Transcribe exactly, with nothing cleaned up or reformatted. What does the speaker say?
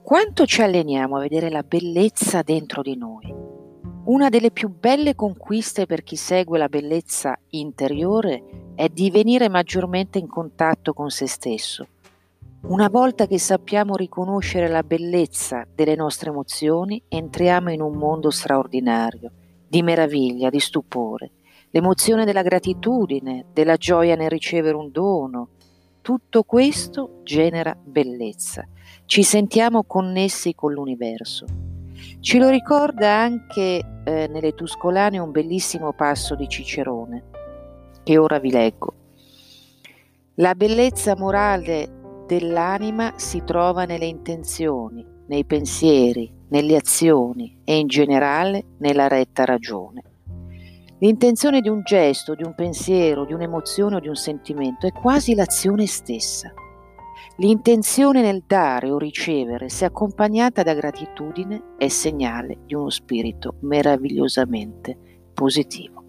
Quanto ci alleniamo a vedere la bellezza dentro di noi? Una delle più belle conquiste per chi segue la bellezza interiore è di venire maggiormente in contatto con se stesso. Una volta che sappiamo riconoscere la bellezza delle nostre emozioni, entriamo in un mondo straordinario, di meraviglia, di stupore. L'emozione della gratitudine, della gioia nel ricevere un dono, tutto questo genera bellezza. Ci sentiamo connessi con l'universo. Ce lo ricorda anche eh, nelle Tuscolane un bellissimo passo di Cicerone, che ora vi leggo. La bellezza morale dell'anima si trova nelle intenzioni, nei pensieri, nelle azioni e in generale nella retta ragione. L'intenzione di un gesto, di un pensiero, di un'emozione o di un sentimento è quasi l'azione stessa. L'intenzione nel dare o ricevere, se accompagnata da gratitudine, è segnale di uno spirito meravigliosamente positivo.